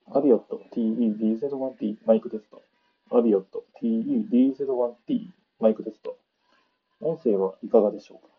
アビオット TEDZ1T マイクテスト。アビオット TEDZ1T マイクテスト。音声はいかがでしょうか？